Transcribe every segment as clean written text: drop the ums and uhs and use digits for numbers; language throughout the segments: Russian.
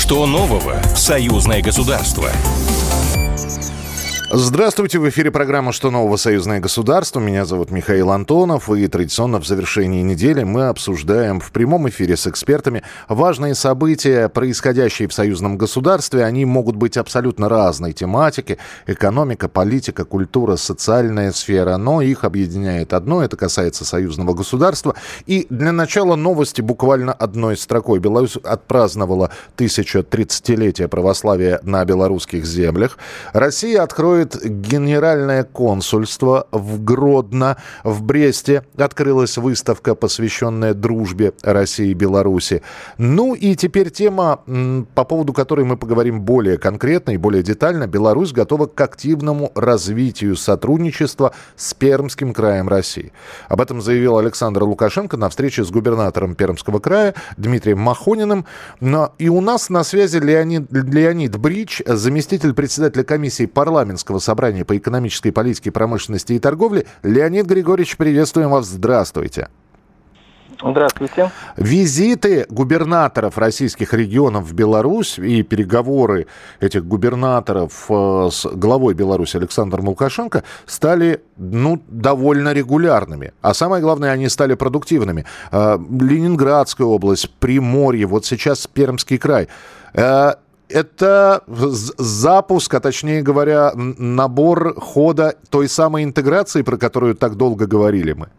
Что нового в союзное государство? Здравствуйте, в эфире программа «Что нового? Союзное государство». Меня зовут Михаил Антонов, и традиционно в завершении недели мы обсуждаем в прямом эфире с экспертами важные события, происходящие в союзном государстве. Они могут быть абсолютно разной тематики: экономика, политика, культура, социальная сфера, но их объединяет одно, это касается союзного государства. И для начала новости буквально одной строкой. Беларусь отпраздновала 1030-летие православия на белорусских землях. Россия откроет генеральное консульство в Гродно. В Бресте открылась выставка, посвященная дружбе России и Беларуси. Ну и теперь тема, по поводу которой мы поговорим более конкретно и более детально. Беларусь готова к активному развитию сотрудничества с Пермским краем России. Об этом заявил Александр Лукашенко на встрече с губернатором Пермского края Дмитрием Махониным. И у нас на связи Леонид Брич, заместитель председателя комиссии парламентского собрания по экономической политике, промышленности и торговле. Леонид Григорьевич, приветствуем вас. Здравствуйте. Здравствуйте. Визиты губернаторов российских регионов в Беларусь и переговоры этих губернаторов с главой Беларуси Александром Лукашенко стали, довольно регулярными. А самое главное, они стали продуктивными. Ленинградская область, Приморье, вот сейчас Пермский край. Это запуск, а точнее говоря, набор хода той самой интеграции, про которую так долго говорили мы.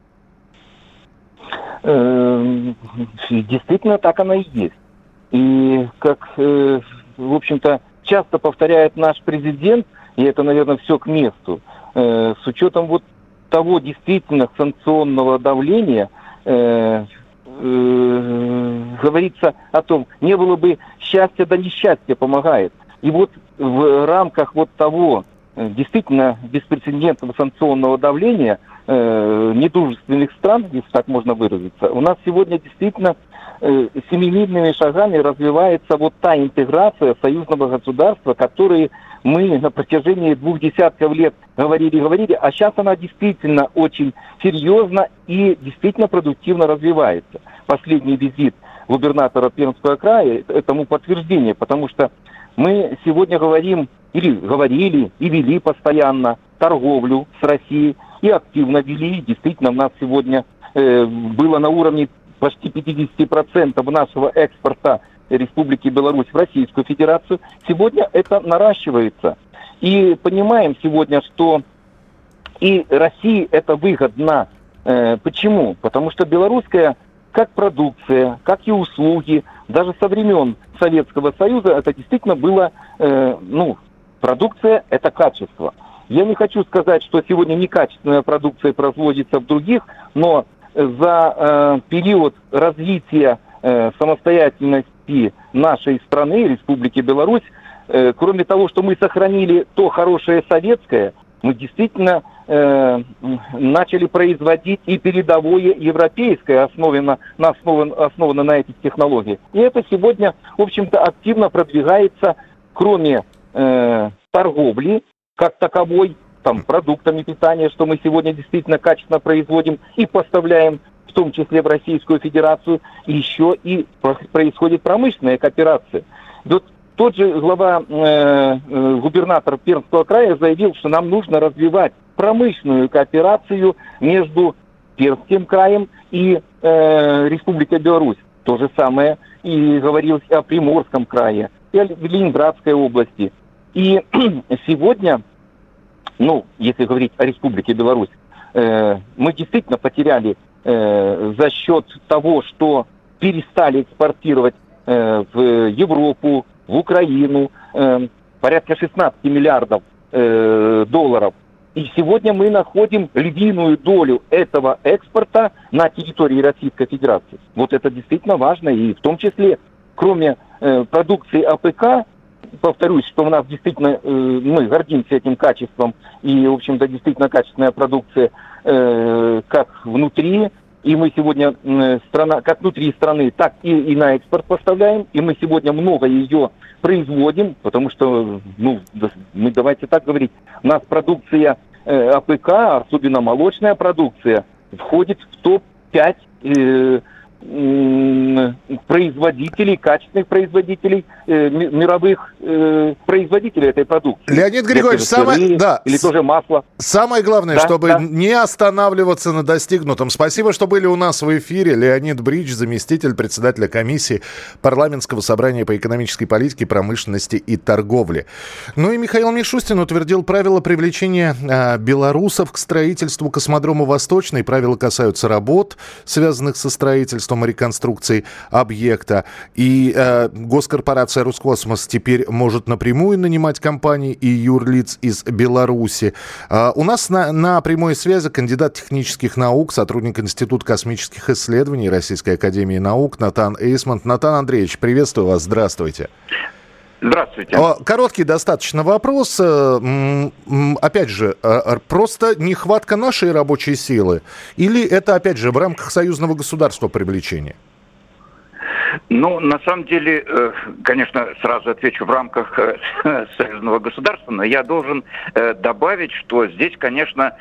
Действительно, так оно и есть. И как, в общем-то, часто повторяет наш президент, и это, наверное, все к месту, с учетом вот того действительно санкционного давления, говорится о том, не было бы счастья, да несчастье помогает. И вот в рамках вот того действительно беспрецедентного санкционного давления недружественных стран, если так можно выразиться, у нас сегодня действительно семимильными шагами развивается вот та интеграция союзного государства, которую мы на протяжении 2 десятков лет говорили, а сейчас она действительно очень серьезно и действительно продуктивно развивается. Последний визит губернатора Пермского края этому подтверждение, потому что мы сегодня говорим, или говорили и вели постоянно торговлю с Россией, и активно вели. Действительно, у нас сегодня было на уровне почти 50% нашего экспорта Республики Беларусь в Российскую Федерацию. Сегодня это наращивается. И понимаем сегодня, что и России это выгодно. Почему? Потому что белорусская как продукция, как и услуги, даже со времен Советского Союза, это действительно было, продукция – это качество. Я не хочу сказать, что сегодня некачественная продукция производится в других, но за период развития самостоятельности нашей страны, Республики Беларусь, кроме того, что мы сохранили то хорошее советское, мы действительно начали производить и передовое европейское, основано на этих технологиях. И это сегодня, в общем-то, активно продвигается, кроме торговли как таковой, там, продуктами питания, что мы сегодня действительно качественно производим и поставляем, в том числе в Российскую Федерацию, еще и происходит промышленная кооперация. Вот тот же губернатор Пермского края заявил, что нам нужно развивать промышленную кооперацию между Пермским краем и Республикой Беларусь. То же самое и говорилось о Приморском крае, и о Ленинградской области. И сегодня, если говорить о Республике Беларусь, мы действительно потеряли за счет того, что перестали экспортировать в Европу, в Украину порядка 16 миллиардов долларов. И сегодня мы находим львиную долю этого экспорта на территории Российской Федерации. Вот это действительно важно. И в том числе, кроме продукции АПК, повторюсь, что у нас действительно, мы гордимся этим качеством. И, в общем-то, действительно качественная продукция как внутри. И мы сегодня страна, как внутри страны, так и на экспорт поставляем. И мы сегодня много ее производим, потому что, мы давайте так говорить, у нас продукция АПК, особенно молочная продукция, входит в топ-5 производителей, качественных производителей, мировых производителей этой продукции. Леонид Григорьевич, или тоже масло. Самое главное, чтобы не останавливаться на достигнутом. Спасибо, что были у нас в эфире. Леонид Бридж, заместитель председателя комиссии Парламентского собрания по экономической политике, промышленности и торговле. Ну и Михаил Мишустин утвердил правила привлечения белорусов к строительству космодрома «Восточный». Правила касаются работ, связанных со строительством и реконструкцией объекта. И госкорпорация «Роскосмос» теперь может напрямую нанимать компании и юрлиц из Беларуси. У нас на прямой связи кандидат технических наук, сотрудник Института космических исследований Российской академии наук Натан Эйсмонт. Натан Андреевич, приветствую вас, здравствуйте. Здравствуйте. Короткий достаточно вопрос. Опять же, просто нехватка нашей рабочей силы? Или это, опять же, в рамках союзного государства привлечение? Ну, на самом деле, конечно, сразу отвечу в рамках союзного государства, но я должен добавить, что здесь, конечно,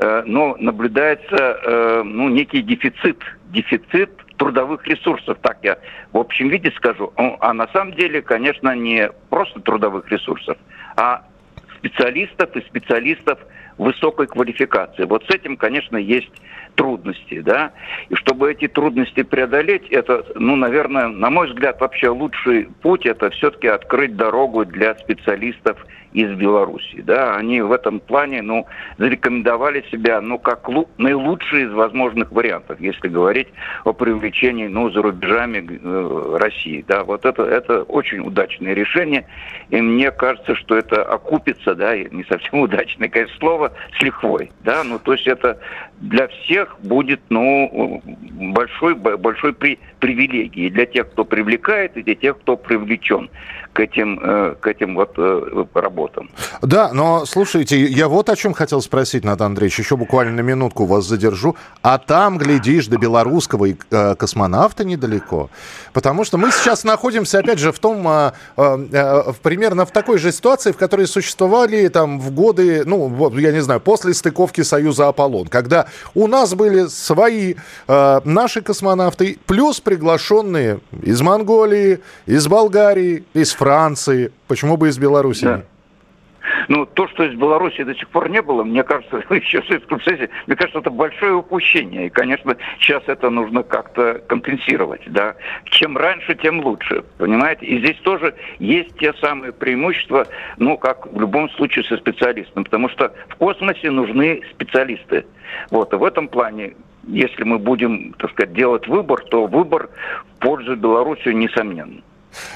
наблюдается некий дефицит трудовых ресурсов, так я в общем виде скажу. А на самом деле, конечно, не просто трудовых ресурсов, а специалистов высокой квалификации. Вот с этим, конечно, есть трудности, да. И чтобы эти трудности преодолеть, это, наверное, на мой взгляд, вообще лучший путь, это все-таки открыть дорогу для специалистов из Беларуси, да. Они в этом плане, зарекомендовали себя, как наилучшие из возможных вариантов, если говорить о привлечении, за рубежами России, да. Вот это очень удачное решение, и мне кажется, что это окупится, да, и не совсем удачное, конечно, слово, с лихвой, да. То есть это для всех будет, большой привилегией для тех, кто привлекает, и для тех, кто привлечен к этим работам. Да, но слушайте, я вот о чем хотел спросить, Натан Андреевич, еще буквально на минутку вас задержу. А там, глядишь, до белорусского космонавта недалеко. Потому что мы сейчас находимся, опять же, примерно в такой же ситуации, в которой существовали там в годы, я не знаю, после стыковки Союза Аполлон, когда у нас были свои наши космонавты, плюс приглашенные из Монголии, из Болгарии, из Франции, почему бы из Беларуси? Да. То, что из Беларуси до сих пор не было, мне кажется, еще в Советском Союзе, мне кажется, это большое упущение. И, конечно, сейчас это нужно как-то компенсировать, да. Чем раньше, тем лучше, понимаете? И здесь тоже есть те самые преимущества, как в любом случае со специалистом, потому что в космосе нужны специалисты. И в этом плане, если мы будем, так сказать, делать выбор, то выбор в пользу Беларуси несомненно.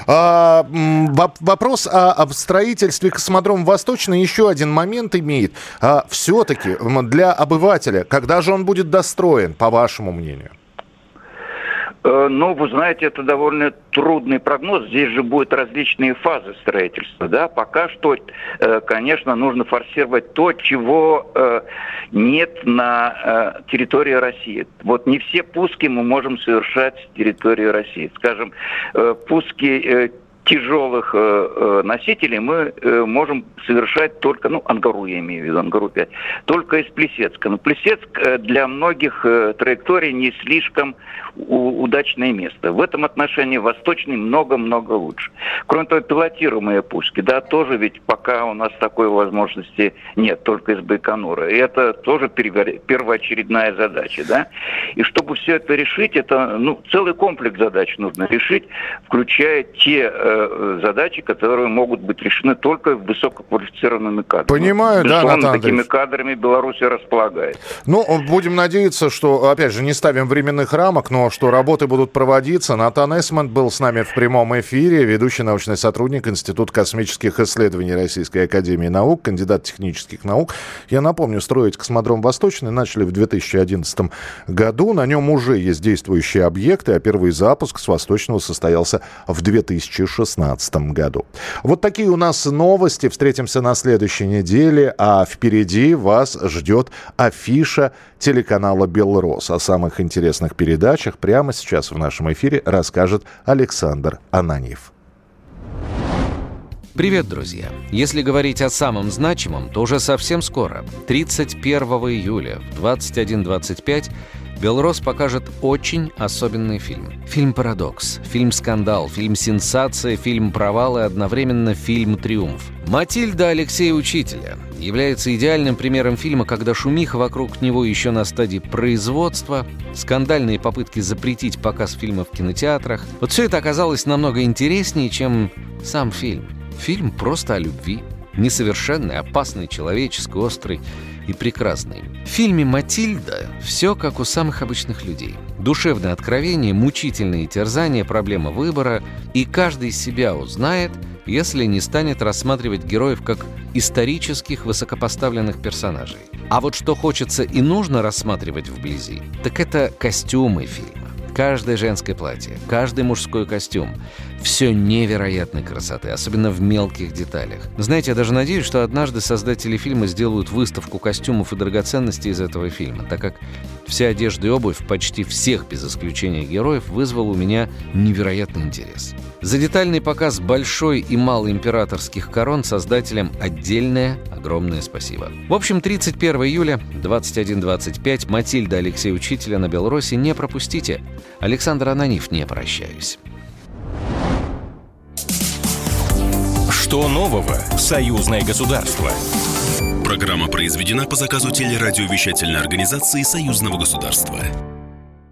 Вопрос о строительстве космодрома «Восточный» еще один момент имеет. Все-таки для обывателя, когда же он будет достроен, по вашему мнению? Вы знаете, это довольно трудный прогноз. Здесь же будут различные фазы строительства. Да? Пока что, конечно, нужно форсировать то, чего нет на территории России. Не все пуски мы можем совершать с территории России. Скажем, пуски тяжелых носителей мы можем совершать только, Ангару я имею в виду, Ангару-5, только из Плесецка. Но Плесецк для многих траекторий не слишком удачное место. В этом отношении Восточный много-много лучше. Кроме того, пилотируемые пуски, да, тоже ведь пока у нас такой возможности нет, только из Байконура. И это тоже первоочередная задача, да. И чтобы все это решить, это, целый комплекс задач нужно решить, включая те задачи, которые могут быть решены только высококвалифицированными кадрами. Понимаю, да, Натан Андреевич. Такими кадрами Беларусь располагает. Будем надеяться, что, опять же, не ставим временных рамок, но что работы будут проводиться. Натан Эйсмонт был с нами в прямом эфире, ведущий научный сотрудник Института космических исследований Российской академии наук, кандидат технических наук. Я напомню, строить космодром «Восточный» начали в 2011 году. На нем уже есть действующие объекты, а первый запуск с «Восточного» состоялся в 2016 году. Вот такие у нас новости. Встретимся на следующей неделе, а впереди вас ждет афиша телеканала «Белрос». О самых интересных передачах прямо сейчас в нашем эфире расскажет Александр Ананьев. Привет, друзья! Если говорить о самом значимом, то уже совсем скоро, 31 июля в 21:25, «Белрос» покажет очень особенный фильм. Фильм-парадокс, фильм-скандал, фильм-сенсация, фильм-провал и одновременно фильм-триумф. «Матильда» Алексея Учителя является идеальным примером фильма, когда шумиха вокруг него еще на стадии производства, скандальные попытки запретить показ фильма в кинотеатрах. Вот все это оказалось намного интереснее, чем сам фильм. Фильм просто о любви. Несовершенный, опасный, человеческий, острый и прекрасный. В фильме «Матильда» все как у самых обычных людей. Душевное откровение, мучительные терзания, проблема выбора. И каждый себя узнает, если не станет рассматривать героев как исторических высокопоставленных персонажей. А вот что хочется и нужно рассматривать вблизи, так это костюмы фильма. Каждое женское платье, каждый мужской костюм. Все невероятной красоты, особенно в мелких деталях. Знаете, я даже надеюсь, что однажды создатели фильма сделают выставку костюмов и драгоценностей из этого фильма, так как вся одежда и обувь почти всех, без исключения героев, вызвала у меня невероятный интерес. За детальный показ большой и малой императорских корон создателям отдельное огромное спасибо. В общем, 31 июля, 21:25, «Матильда» Алексея Учителя на Белросе не пропустите. Александр Ананьев, не прощаюсь. Что нового в «Союзное государство»? Программа произведена по заказу телерадиовещательной организации Союзного государства.